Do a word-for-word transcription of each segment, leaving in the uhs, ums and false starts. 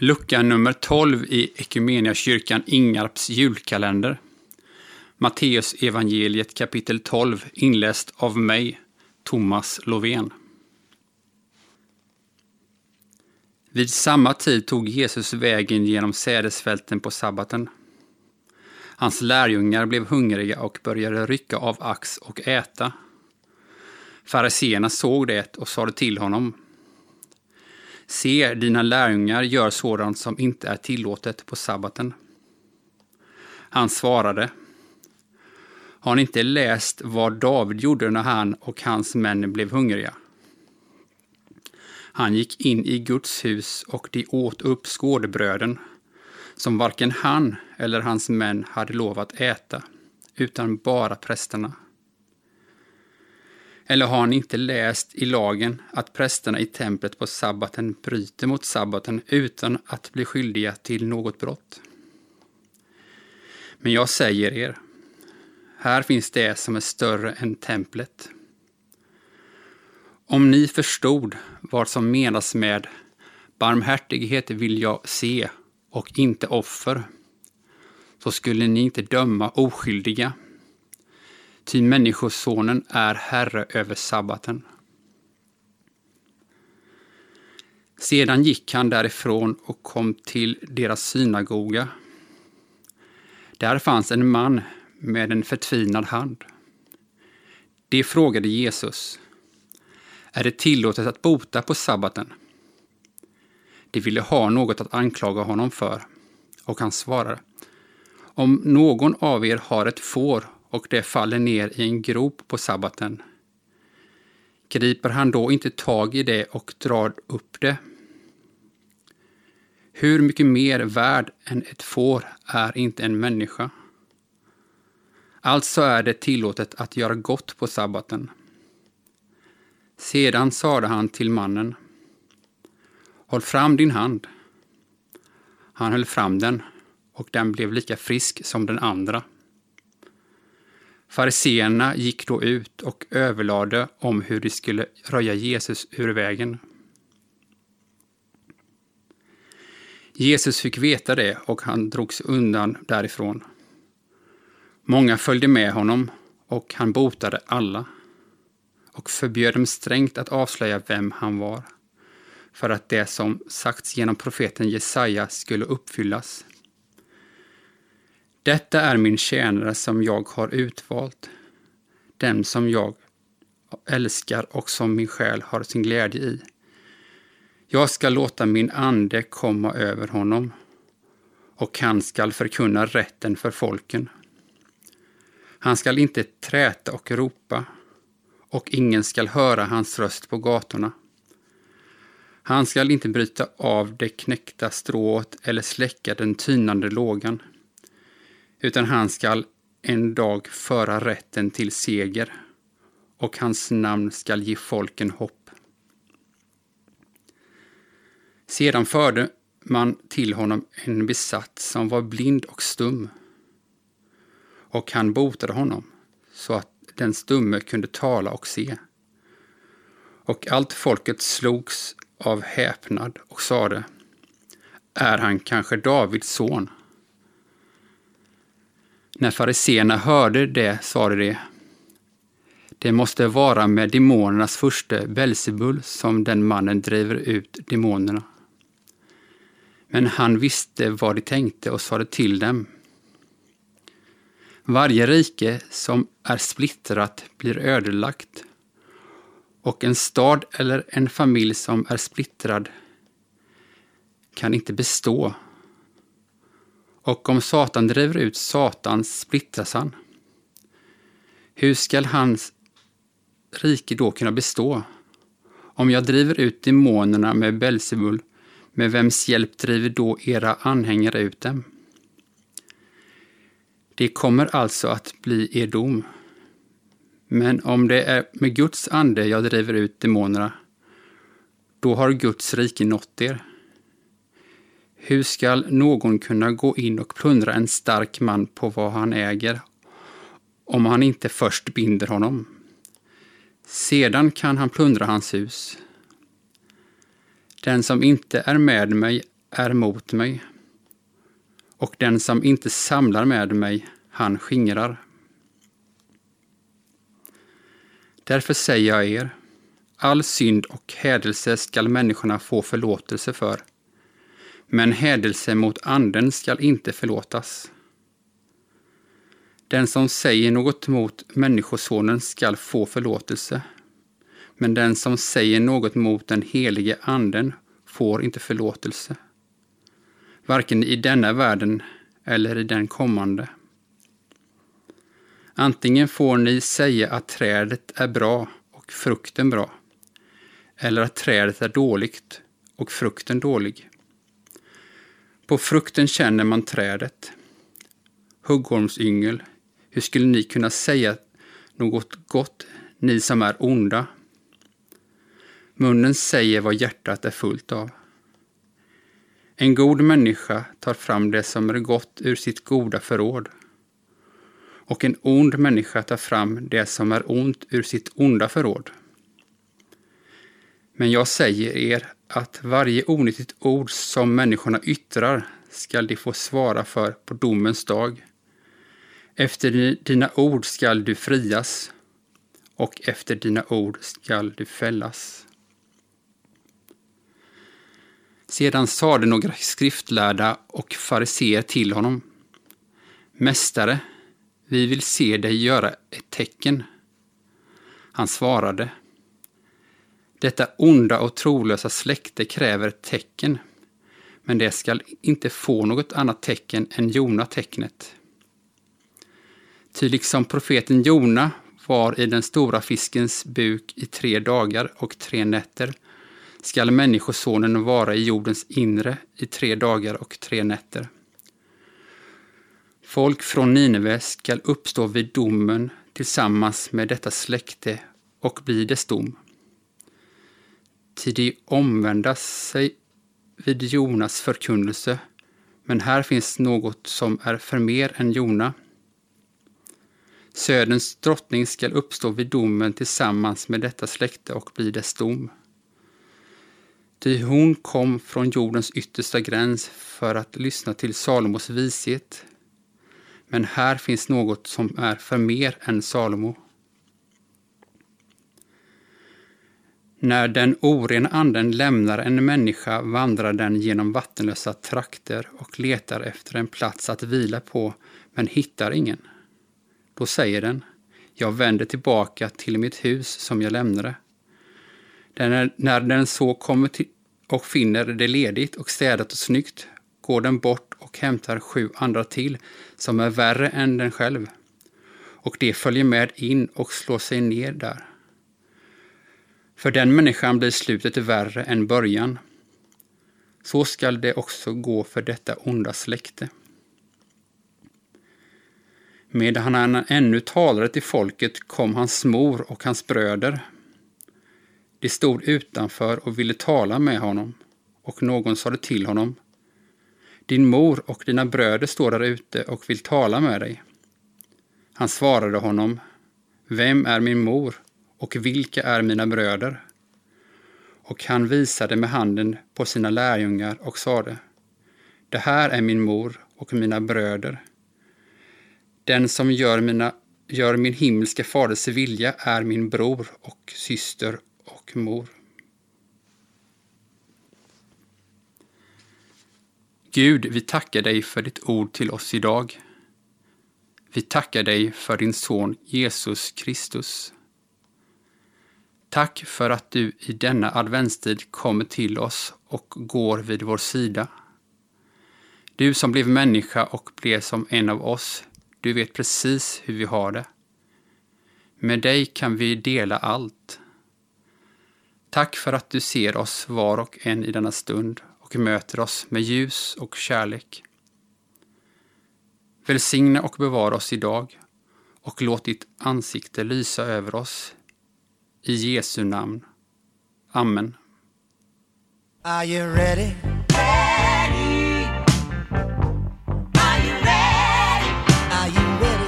Lucka nummer tolv i Equmeniakyrkan Ingarps julkalender. Matteus evangeliet kapitel tolv, inläst av mig, Thomas Lovén. Vid samma tid tog Jesus vägen genom sädesfälten på sabbaten. Hans lärjungar blev hungriga och började rycka av ax och äta. Fariseerna såg det och sade till honom: Se, dina lärjungar gör sådant som inte är tillåtet på sabbaten. Han svarade: Har ni inte läst vad David gjorde när han och hans män blev hungriga? Han gick in i Guds hus och de åt upp skådebröden, som varken han eller hans män hade lov att äta, utan bara prästerna. Eller har ni inte läst i lagen att prästerna i templet på sabbaten bryter mot sabbaten utan att bli skyldiga till något brott? Men jag säger er, här finns det som är större än templet. Om ni förstod vad som menas med barmhärtighet vill jag se och inte offer, så skulle ni inte döma oskyldiga. Ty människosonen är herre över sabbaten. Sedan gick han därifrån och kom till deras synagoga. Där fanns en man med en förtvinad hand. De frågade Jesus: Är det tillåtet att bota på sabbaten? De ville ha något att anklaga honom för, och han svarade: Om någon av er har ett får och det faller ner i en grop på sabbaten, griper han då inte tag i det och drar upp det? Hur mycket mer värd än ett får är inte en människa? Alltså är det tillåtet att göra gott på sabbaten. Sedan sade han till mannen: Håll fram din hand. Han höll fram den, och den blev lika frisk som den andra. Fariseerna gick då ut och överlade om hur de skulle röja Jesus ur vägen. Jesus fick veta det och han drogs undan därifrån. Många följde med honom och han botade alla och förbjöd dem strängt att avslöja vem han var, för att det som sagts genom profeten Jesaja skulle uppfyllas. Detta är min tjänare som jag har utvalt, den som jag älskar och som min själ har sin glädje i. Jag ska låta min ande komma över honom, och han skall förkunna rätten för folken. Han skall inte träta och ropa, och ingen skall höra hans röst på gatorna. Han skall inte bryta av det knäckta strået eller släcka den tynande lågan, utan han skall en dag föra rätten till seger, och hans namn skall ge folken hopp. Sedan förde man till honom en besatt som var blind och stum, och han botade honom så att den stumme kunde tala och se. Och allt folket slogs av häpnad och sade: Är han kanske Davids son? När fariseerna hörde det sade de: Det måste vara med demonernas furste Belzebul som den mannen driver ut demonerna. Men han visste vad de tänkte och sade till dem: Varje rike som är splittrat blir ödelagt, och en stad eller en familj som är splittrad kan inte bestå. Och om Satan driver ut Satan splittras han. Hur skall hans rike då kunna bestå? Om jag driver ut demonerna med Belzebul, med vems hjälp driver då era anhängare ut dem? Det kommer alltså att bli er dom. Men om det är med Guds ande jag driver ut demonerna, då har Guds rike nått er. Hur skall någon kunna gå in och plundra en stark man på vad han äger, om han inte först binder honom? Sedan kan han plundra hans hus. Den som inte är med mig är mot mig, och den som inte samlar med mig, han skingrar. Därför säger jag er, all synd och hädelse skall människorna få förlåtelse för, men hädelse mot anden skall inte förlåtas. Den som säger något mot människosonen skall få förlåtelse, men den som säger något mot den helige anden får inte förlåtelse, varken i denna världen eller i den kommande. Antingen får ni säga att trädet är bra och frukten bra, eller att trädet är dåligt och frukten dålig. På frukten känner man trädet. Huggormsyngel, hur skulle ni kunna säga något gott, ni som är onda? Munnen säger vad hjärtat är fullt av. En god människa tar fram det som är gott ur sitt goda förråd, och en ond människa tar fram det som är ont ur sitt onda förråd. Men jag säger er att varje onyttigt ord som människorna yttrar skall de få svara för på domens dag. Efter dina ord skall du frias, och efter dina ord skall du fällas. Sedan sade några skriftlärda och fariseer till honom: Mästare, vi vill se dig göra ett tecken. Han svarade: Detta onda och trolösa släkte kräver ett tecken, men det skall inte få något annat tecken än Jona-tecknet. Ty liksom profeten Jona var i den stora fiskens buk i tre dagar och tre nätter, skall människosonen vara i jordens inre i tre dagar och tre nätter. Folk från Nineve skall uppstå vid domen tillsammans med detta släkte och bli dess dom. Till de omvända sig vid Jonas förkunnelse, men här finns något som är för mer än Jona. Söderns drottning skall uppstå vid domen tillsammans med detta släkte och bli dess dom. Ty hon kom från jordens yttersta gräns för att lyssna till Salomos vishet, men här finns något som är för mer än Salomo. När den orena anden lämnar en människa vandrar den genom vattenlösa trakter och letar efter en plats att vila på, men hittar ingen. Då säger den: Jag vänder tillbaka till mitt hus som jag lämnade. Den, när den så kommer till och finner det ledigt och städat och snyggt, går den bort och hämtar sju andra till som är värre än den själv. Och de följer med in och slår sig ner där. För den människan blir slutet värre än början. Så skall det också gå för detta onda släkte. Medan han ännu talade till folket kom hans mor och hans bröder. De stod utanför och ville tala med honom, och någon sade till honom: Din mor och dina bröder står där ute och vill tala med dig. Han svarade honom: Vem är min mor och vilka är mina bröder? Och han visade med handen på sina lärjungar och sade: Det här är min mor och mina bröder. Den som gör, mina, gör min himmelska faders vilja är min bror och syster och mor. Gud, vi tackar dig för ditt ord till oss idag. Vi tackar dig för din son Jesus Kristus. Tack för att du i denna adventstid kommer till oss och går vid vår sida. Du som blev människa och blev som en av oss, du vet precis hur vi har det. Med dig kan vi dela allt. Tack för att du ser oss var och en i denna stund och möter oss med ljus och kärlek. Välsigna och bevara oss idag och låt ditt ansikte lysa över oss. I Jesu namn. Amen. Are you ready? Ready. Are you ready? Are you ready?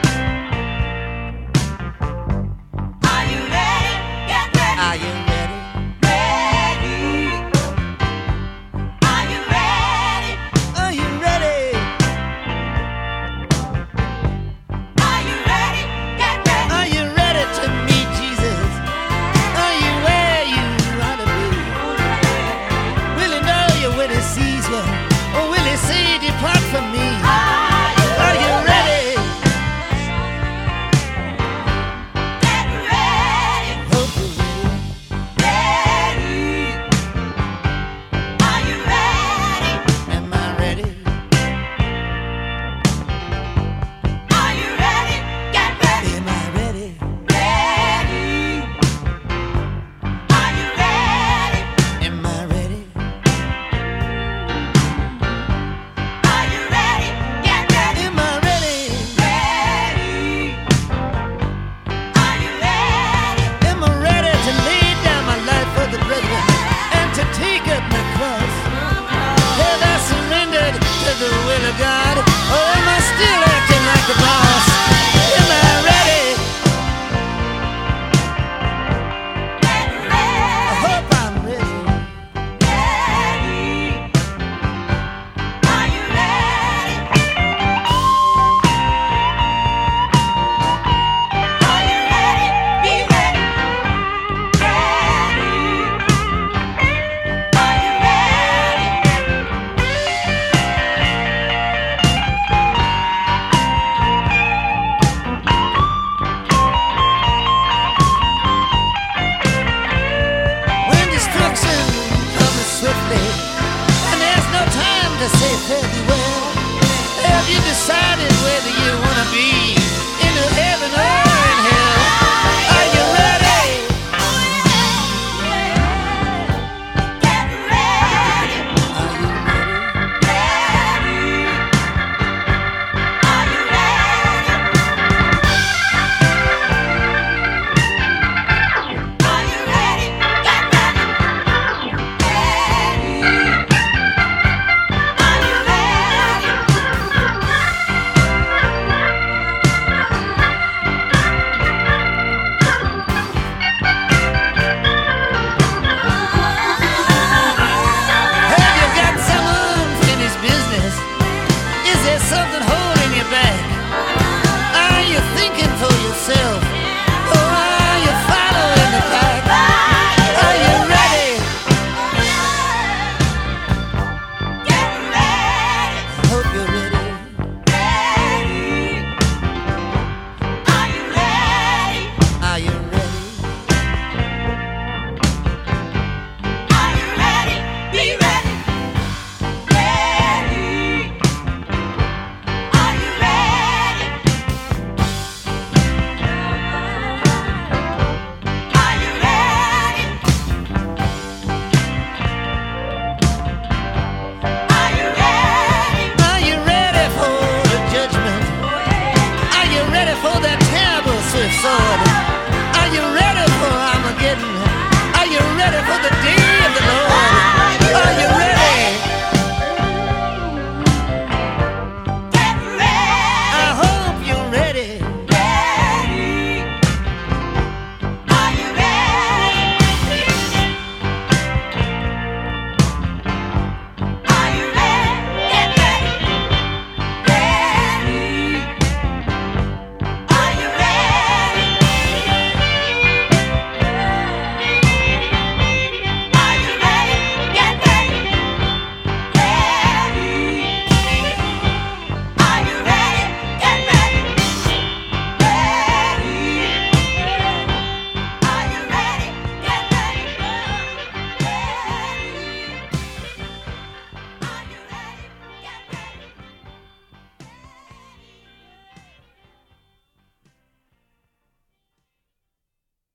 Are you ready? Get ready. Are you ready? Ready. Are you ready? of God? Or am I still acting like the boss? Am I ready? I hope I'm ready. Are you ready? Are you ready? Be ready. Ready. Are you ready? When destruction comes swiftly and there's no time to say fare thee well, have you decided whether you want to be